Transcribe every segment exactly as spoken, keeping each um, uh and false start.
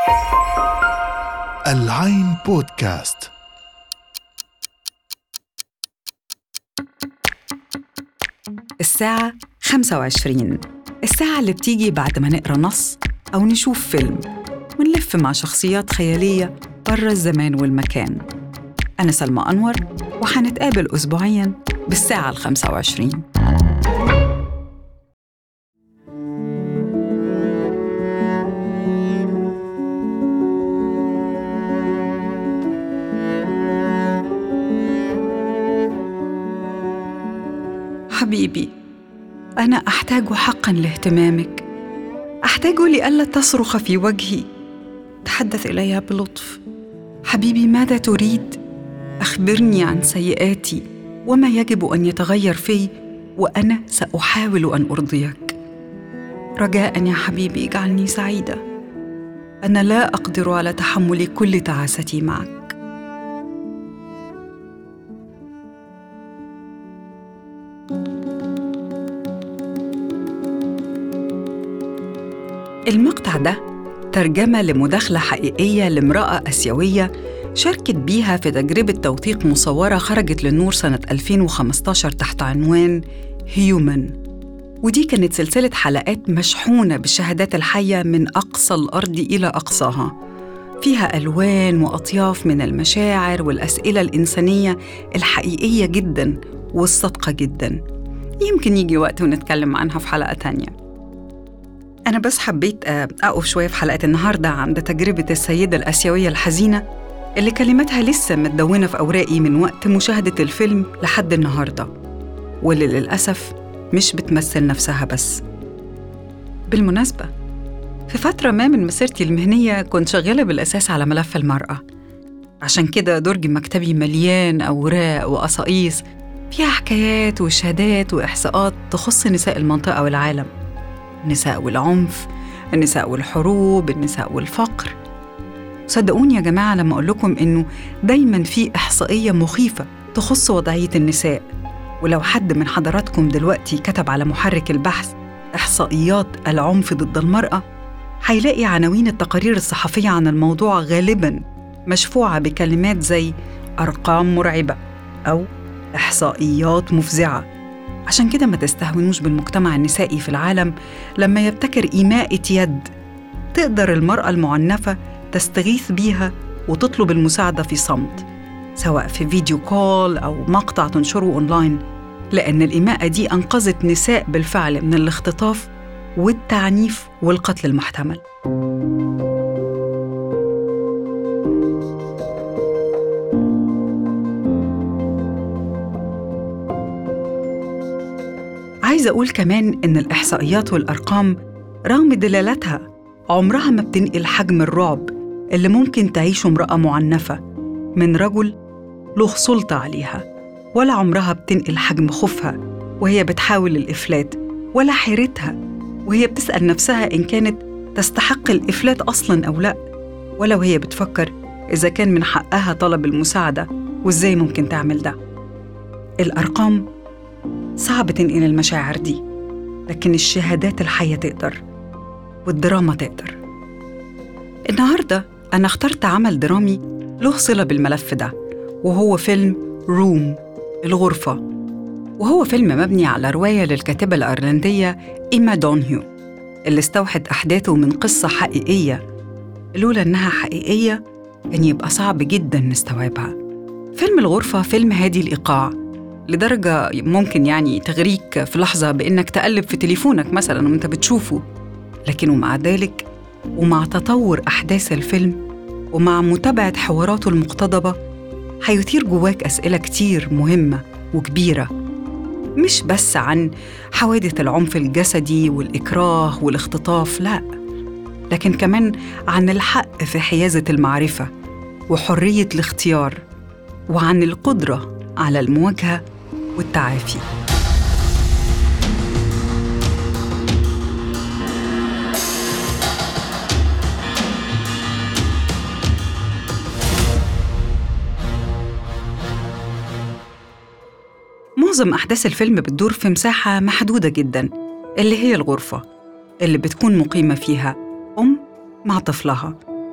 العين بودكاست. الساعة خمسة وعشرين، الساعة اللي بتيجي بعد ما نقرأ نص أو نشوف فيلم ونلف مع شخصيات خيالية برا الزمان والمكان. أنا سلمى أنور، وحنتقابل أسبوعياً بالساعة الخمسة وعشرين. حبيبي، أنا أحتاج حقاً لاهتمامك، أحتاج لألا تصرخ في وجهي. تحدث إلي بلطف. حبيبي، ماذا تريد؟ أخبرني عن سيئاتي وما يجب أن يتغير في، وأنا سأحاول أن أرضيك. رجاءً يا حبيبي، اجعلني سعيدة. أنا لا أقدر على تحمل كل تعاستي معك. المقطع ده ترجمة لمداخلة حقيقية لامرأة آسيوية شاركت بيها في تجربة توثيق مصورة خرجت للنور سنة ألفين وخمسة عشر تحت عنوان هيومن، ودي كانت سلسلة حلقات مشحونة بالشهادات الحية من أقصى الأرض إلى أقصاها، فيها ألوان وأطياف من المشاعر والأسئلة الإنسانية الحقيقية جداً والصادقة جداً. يمكن يجي وقت ونتكلم عنها في حلقة تانية. أنا بس حبيت أقف شوية في حلقة النهاردة عند تجربة السيدة الآسيوية الحزينة اللي كلماتها لسه متدونة في أوراقي من وقت مشاهدة الفيلم لحد النهاردة، واللي للأسف مش بتمثل نفسها بس. بالمناسبة، في فترة ما من مسيرتي المهنية كنت شغالة بالأساس على ملف المرأة، عشان كده درج مكتبي مليان أوراق وقصائص فيها حكايات وشهادات وإحصاءات تخص نساء المنطقة والعالم، النساء والعنف، النساء والحروب، النساء والفقر. صدقوني يا جماعة لما أقول لكم إنه دايماً في إحصائية مخيفة تخص وضعية النساء، ولو حد من حضراتكم دلوقتي كتب على محرك البحث إحصائيات العنف ضد المرأة، هيلاقي عناوين التقارير الصحفية عن الموضوع غالباً مشفوعة بكلمات زي أرقام مرعبة أو إحصائيات مفزعة. عشان كده ما تستهونوش بالمجتمع النسائي في العالم لما يبتكر إيماءة يد تقدر المرأة المعنفة تستغيث بيها وتطلب المساعدة في صمت، سواء في فيديو كول أو مقطع تنشره أونلاين، لأن الإيماءة دي أنقذت نساء بالفعل من الاختطاف والتعنيف والقتل المحتمل. عايزة أقول كمان إن الإحصائيات والأرقام رغم دلالتها عمرها ما بتنقل حجم الرعب اللي ممكن تعيشه امرأة معنفة من رجل له سلطة عليها، ولا عمرها بتنقل حجم خوفها وهي بتحاول الإفلات، ولا حيرتها وهي بتسأل نفسها إن كانت تستحق الإفلات أصلاً أو لا، ولا وهي بتفكر إذا كان من حقها طلب المساعدة وإزاي ممكن تعمل ده. الأرقام صعب تنقل المشاعر دي، لكن الشهادات الحية تقدر، والدراما تقدر. النهاردة أنا اخترت عمل درامي له صلة بالملف ده، وهو فيلم روم، الغرفة، وهو فيلم مبني على رواية للكاتبة الأيرلندية إيما دونهيو اللي استوحت أحداثه من قصة حقيقية. لولا إنها حقيقية كان يبقى صعب جداً نستوعبها. فيلم الغرفة فيلم هادي الإيقاع لدرجة ممكن يعني تغريك في لحظة بإنك تقلب في تليفونك مثلاً وإنت بتشوفه، لكن ومع ذلك ومع تطور أحداث الفيلم ومع متابعة حواراته المقتضبة هيثير جواك أسئلة كتير مهمة وكبيرة، مش بس عن حوادث العنف الجسدي والإكراه والاختطاف، لا، لكن كمان عن الحق في حيازة المعرفة وحرية الاختيار، وعن القدرة على المواجهة والتعافي. معظم أحداث الفيلم بتدور في مساحة محدودة جداً اللي هي الغرفة اللي بتكون مقيمة فيها أم مع طفلها،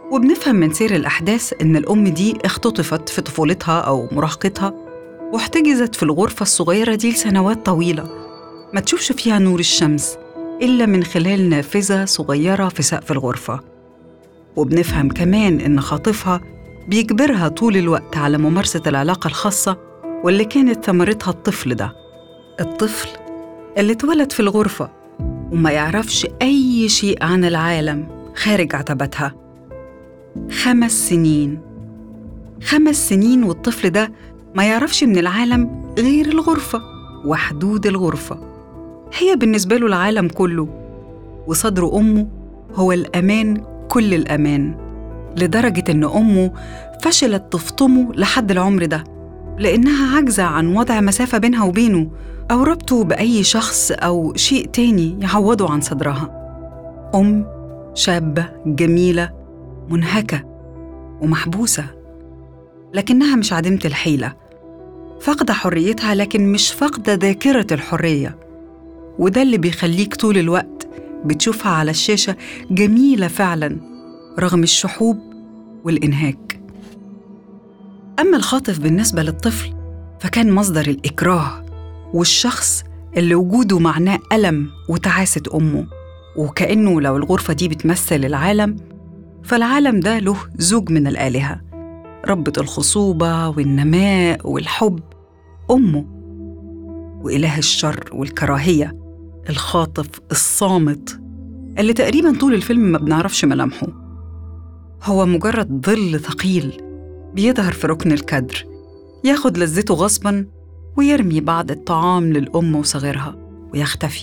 وبنفهم من سير الأحداث إن الأم دي اختطفت في طفولتها أو مراهقتها واحتجزت في الغرفة الصغيرة دي لسنوات طويلة ما تشوفش فيها نور الشمس إلا من خلال نافذة صغيرة في سقف الغرفة. وبنفهم كمان إن خاطفها بيجبرها طول الوقت على ممارسة العلاقة الخاصة واللي كانت ثمرتها الطفل ده، الطفل اللي اتولد في الغرفة وما يعرفش أي شيء عن العالم خارج عتبتها. خمس سنين خمس سنين والطفل ده ما يعرفش من العالم غير الغرفة وحدود الغرفة، هي بالنسبة له العالم كله، وصدر أمه هو الأمان كل الأمان، لدرجة إن أمه فشلت تفطمه لحد العمر ده لأنها عاجزة عن وضع مسافة بينها وبينه أو ربطه بأي شخص أو شيء تاني يعوضه عن صدرها. أم شابة جميلة منهكة ومحبوسة، لكنها مش عديمة الحيلة، فاقدة حريتها لكن مش فاقدة ذاكرة الحرية، وده اللي بيخليك طول الوقت بتشوفها على الشاشة جميلة فعلاً رغم الشحوب والإنهاك. أما الخاطف بالنسبة للطفل فكان مصدر الإكراه والشخص اللي وجوده معناه ألم وتعاسة أمه، وكأنه لو الغرفة دي بتمثل العالم فالعالم ده له زوج من الآلهة، ربة الخصوبة والنماء والحب أمه، وإله الشر والكراهية الخاطف الصامت اللي تقريباً طول الفيلم ما بنعرفش ملامحه، هو مجرد ظل ثقيل بيظهر في ركن الكادر ياخد لذته غصباً ويرمي بعض الطعام للأم وصغيرها ويختفي.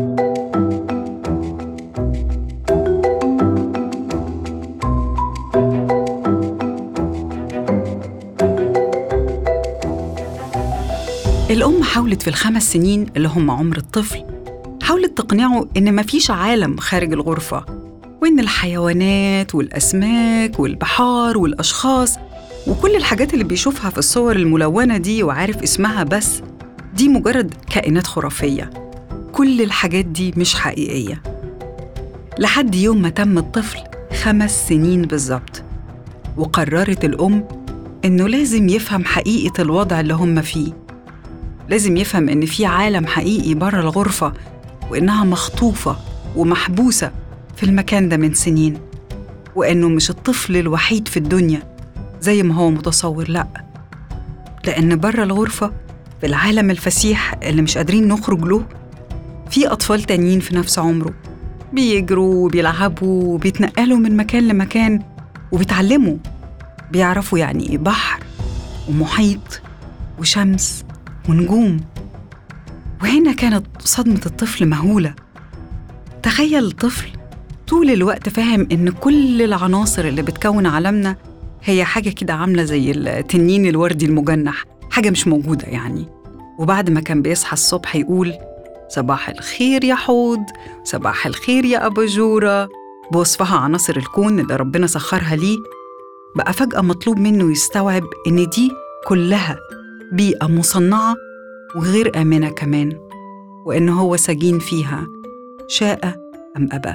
الأم حاولت في الخمس سنين اللي هم عمر الطفل حاولت تقنعه إن مفيش عالم خارج الغرفة، وإن الحيوانات والأسماك والبحار والأشخاص وكل الحاجات اللي بيشوفها في الصور الملونة دي وعارف اسمها بس دي مجرد كائنات خرافية، كل الحاجات دي مش حقيقية. لحد يوم ما تم الطفل خمس سنين بالظبط، وقررت الأم إنه لازم يفهم حقيقة الوضع اللي هم فيه، لازم يفهم إن في عالم حقيقي برا الغرفة وإنها مخطوفة ومحبوسة في المكان ده من سنين، وإنه مش الطفل الوحيد في الدنيا زي ما هو متصور، لأ، لأن برا الغرفة في العالم الفسيح اللي مش قادرين نخرج له في أطفال تانيين في نفس عمره بيجروا وبيلعبوا وبيتنقلوا من مكان لمكان وبيتعلموا، بيعرفوا يعني إيه بحر ومحيط وشمس ونجوم. وهنا كانت صدمة الطفل مهولة. تخيل الطفل طول الوقت فاهم إن كل العناصر اللي بتكون عالمنا هي حاجة كده عاملة زي التنين الوردي المجنح، حاجة مش موجودة يعني، وبعد ما كان بيصحى الصبح يقول صباح الخير يا حوض، صباح الخير يا أباجورة، بوصفها عناصر الكون اللي ربنا سخرها ليه، بقى فجأة مطلوب منه يستوعب إن دي كلها بيئة مصنعة وغير آمنة كمان، وإن هو سجين فيها شاء أم أبى.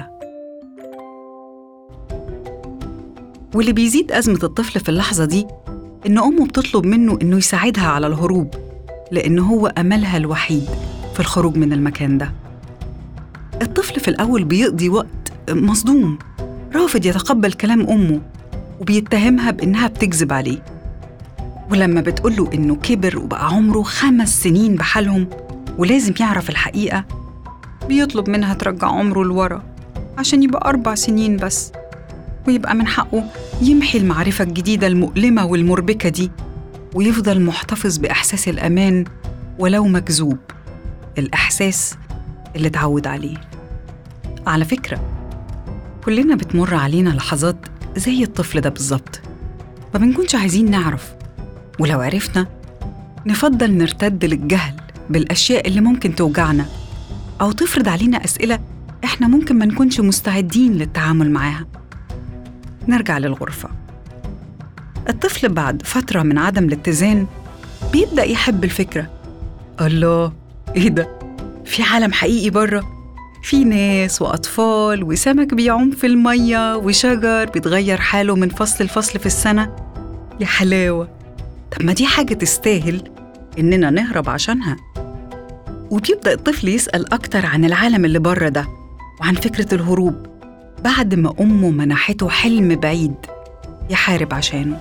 واللي بيزيد أزمة الطفل في اللحظة دي إن أمه بتطلب منه إنه يساعدها على الهروب، لأنه هو أملها الوحيد في الخروج من المكان ده. الطفل في الأول بيقضي وقت مصدوم، رافض يتقبل كلام أمه وبيتهمها بإنها بتكذب عليه، ولما بتقوله إنه كبر وبقى عمره خمس سنين بحالهم ولازم يعرف الحقيقة بيطلب منها ترجع عمره لورا عشان يبقى أربع سنين بس، ويبقى من حقه يمحي المعرفة الجديدة المؤلمة والمربكة دي ويفضل محتفظ بإحساس الأمان ولو مكذوب، الإحساس اللي اتعود عليه. على فكرة كلنا بتمر علينا لحظات زي الطفل ده بالظبط، ما بنكونش عايزين نعرف، ولو عرفنا نفضل نرتد للجهل بالأشياء اللي ممكن توجعنا أو تفرض علينا أسئلة إحنا ممكن ما نكونش مستعدين للتعامل معاها. نرجع للغرفة. الطفل بعد فترة من عدم الاتزان بيبدأ يحب الفكرة، الله إيه ده؟ في عالم حقيقي برا؟ في ناس وأطفال وسمك بيعوم في المية وشجر بيتغير حاله من فصل لفصل في السنة. يا حلاوة! طب ما دي حاجة تستاهل إننا نهرب عشانها. وبيبدأ الطفل يسأل أكتر عن العالم اللي بره ده وعن فكرة الهروب بعد ما أمه منحته حلم بعيد يحارب عشانه.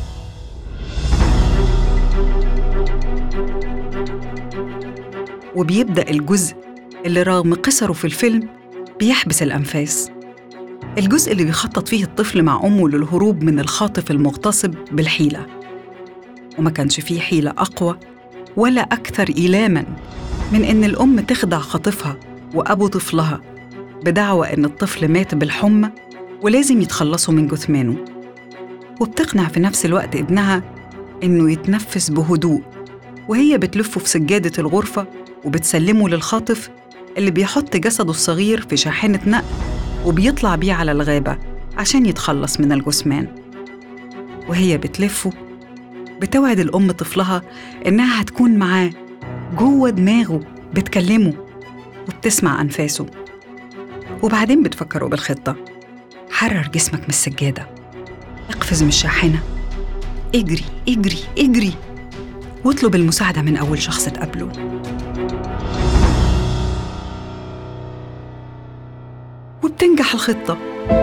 وبيبدأ الجزء اللي رغم قصره في الفيلم بيحبس الأنفاس، الجزء اللي بيخطط فيه الطفل مع أمه للهروب من الخاطف المغتصب بالحيلة. وما كانش فيه حيلة أقوى ولا أكثر إيلاماً من إن الأم تخدع خاطفها وأبو طفلها بدعوى إن الطفل مات بالحمى ولازم يتخلصوا من جثمانه، وبتقنع في نفس الوقت ابنها إنه يتنفس بهدوء وهي بتلفه في سجادة الغرفة وبتسلمه للخاطف اللي بيحط جسده الصغير في شاحنة نقل وبيطلع بيه على الغابة عشان يتخلص من الجثمان. وهي بتلفه بتوعد الأم طفلها إنها هتكون معاه جوه دماغه بتكلمه وبتسمع أنفاسه. وبعدين بتفكروا بالخطة: حرر جسمك من السجادة، اقفز من الشاحنة، اجري اجري اجري واطلب المساعدة من أول شخص تقابله. وبتنجح الخطة،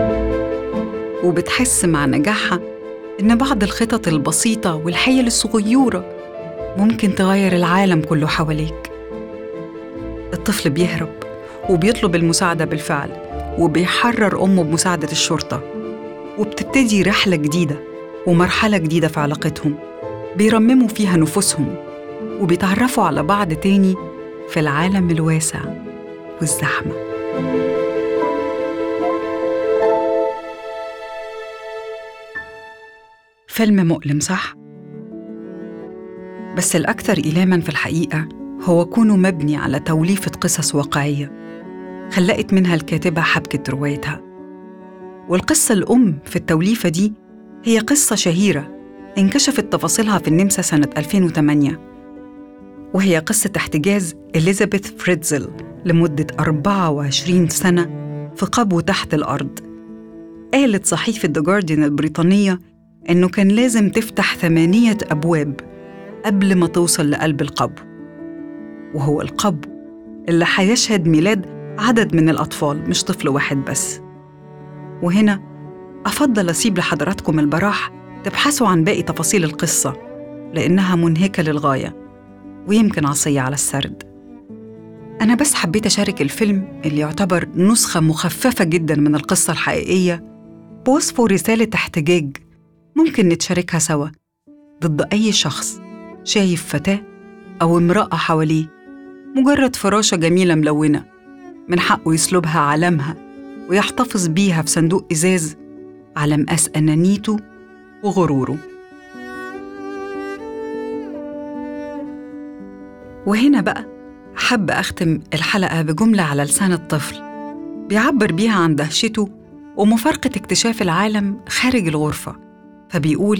وبتحس مع نجاحها إن بعض الخطط البسيطة والحيل الصغيرة ممكن تغير العالم كله حواليك. الطفل بيهرب وبيطلب المساعدة بالفعل وبيحرر أمه بمساعدة الشرطة، وبتبتدي رحلة جديدة ومرحلة جديدة في علاقتهم بيرمموا فيها نفوسهم وبيتعرفوا على بعض تاني في العالم الواسع والزحمة. فيلم مؤلم صح؟ بس الأكثر إيلاماً في الحقيقة هو كونه مبني على توليفة قصص واقعية خلقت منها الكاتبة حبكة روايتها. والقصة الأم في التوليفة دي هي قصة شهيرة انكشفت تفاصيلها في النمسا سنة ألفين وثمانية، وهي قصة احتجاز إليزابيث فريتزل لمدة أربعة وعشرين سنة في قبو تحت الأرض. قالت صحيفة The Guardian البريطانية إنه كان لازم تفتح ثمانية أبواب قبل ما توصل لقلب القبو، وهو القبو اللي هيشهد ميلاد عدد من الأطفال مش طفل واحد بس. وهنا أفضل أسيب لحضراتكم البراح تبحثوا عن باقي تفاصيل القصة لأنها منهكة للغاية ويمكن عصية على السرد. أنا بس حبيت أشارك الفيلم اللي يعتبر نسخة مخففة جداً من القصة الحقيقية بوصفه رسالة احتجاج ممكن نتشاركها سوا ضد أي شخص شايف فتاة أو امرأة حواليه مجرد فراشة جميلة ملونة من حقه يسلبها علامها ويحتفظ بيها في صندوق إزاز على مقاس أنانيته وغروره. وهنا بقى حب أختم الحلقة بجملة على لسان الطفل بيعبر بيها عن دهشته ومفارقة اكتشاف العالم خارج الغرفة. فبيقول: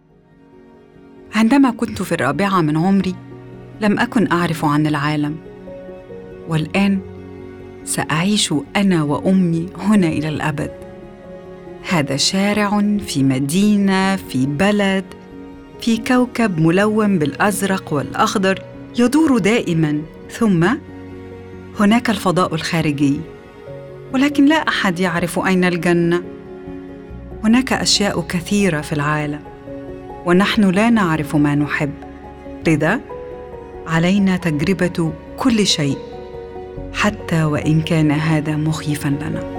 عندما كنت في الرابعة من عمري لم أكن أعرف عن العالم، والآن سأعيش أنا وأمي هنا إلى الأبد. هذا شارع في مدينة في بلد في كوكب ملون بالأزرق والأخضر يدور دائماً، ثم هناك الفضاء الخارجي، ولكن لا أحد يعرف أين الجنة. هناك أشياء كثيرة في العالم ونحن لا نعرف ما نحب، لذا علينا تجربة كل شيء حتى وإن كان هذا مخيفاً لنا.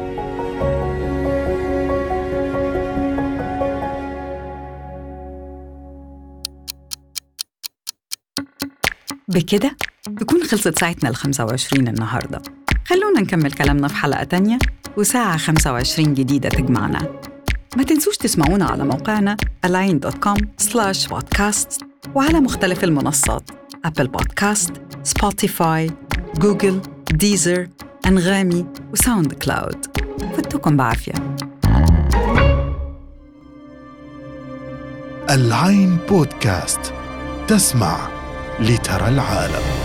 بكده تكون خلصت ساعتنا الخمسة وعشرين النهاردة. خلونا نكمل كلامنا في حلقة تانية وساعة خمسة وعشرين جديدة تجمعنا. ما تنسوش تسمعونا على موقعنا العين دوت كوم سلاش بودكاست وعلى مختلف المنصات: أبل بودكاست، سبوتيفاي، جوجل، ديزر، أنغامي وساوند كلاود. فتكم بعافية. العين بودكاست، تسمع لترى العالم.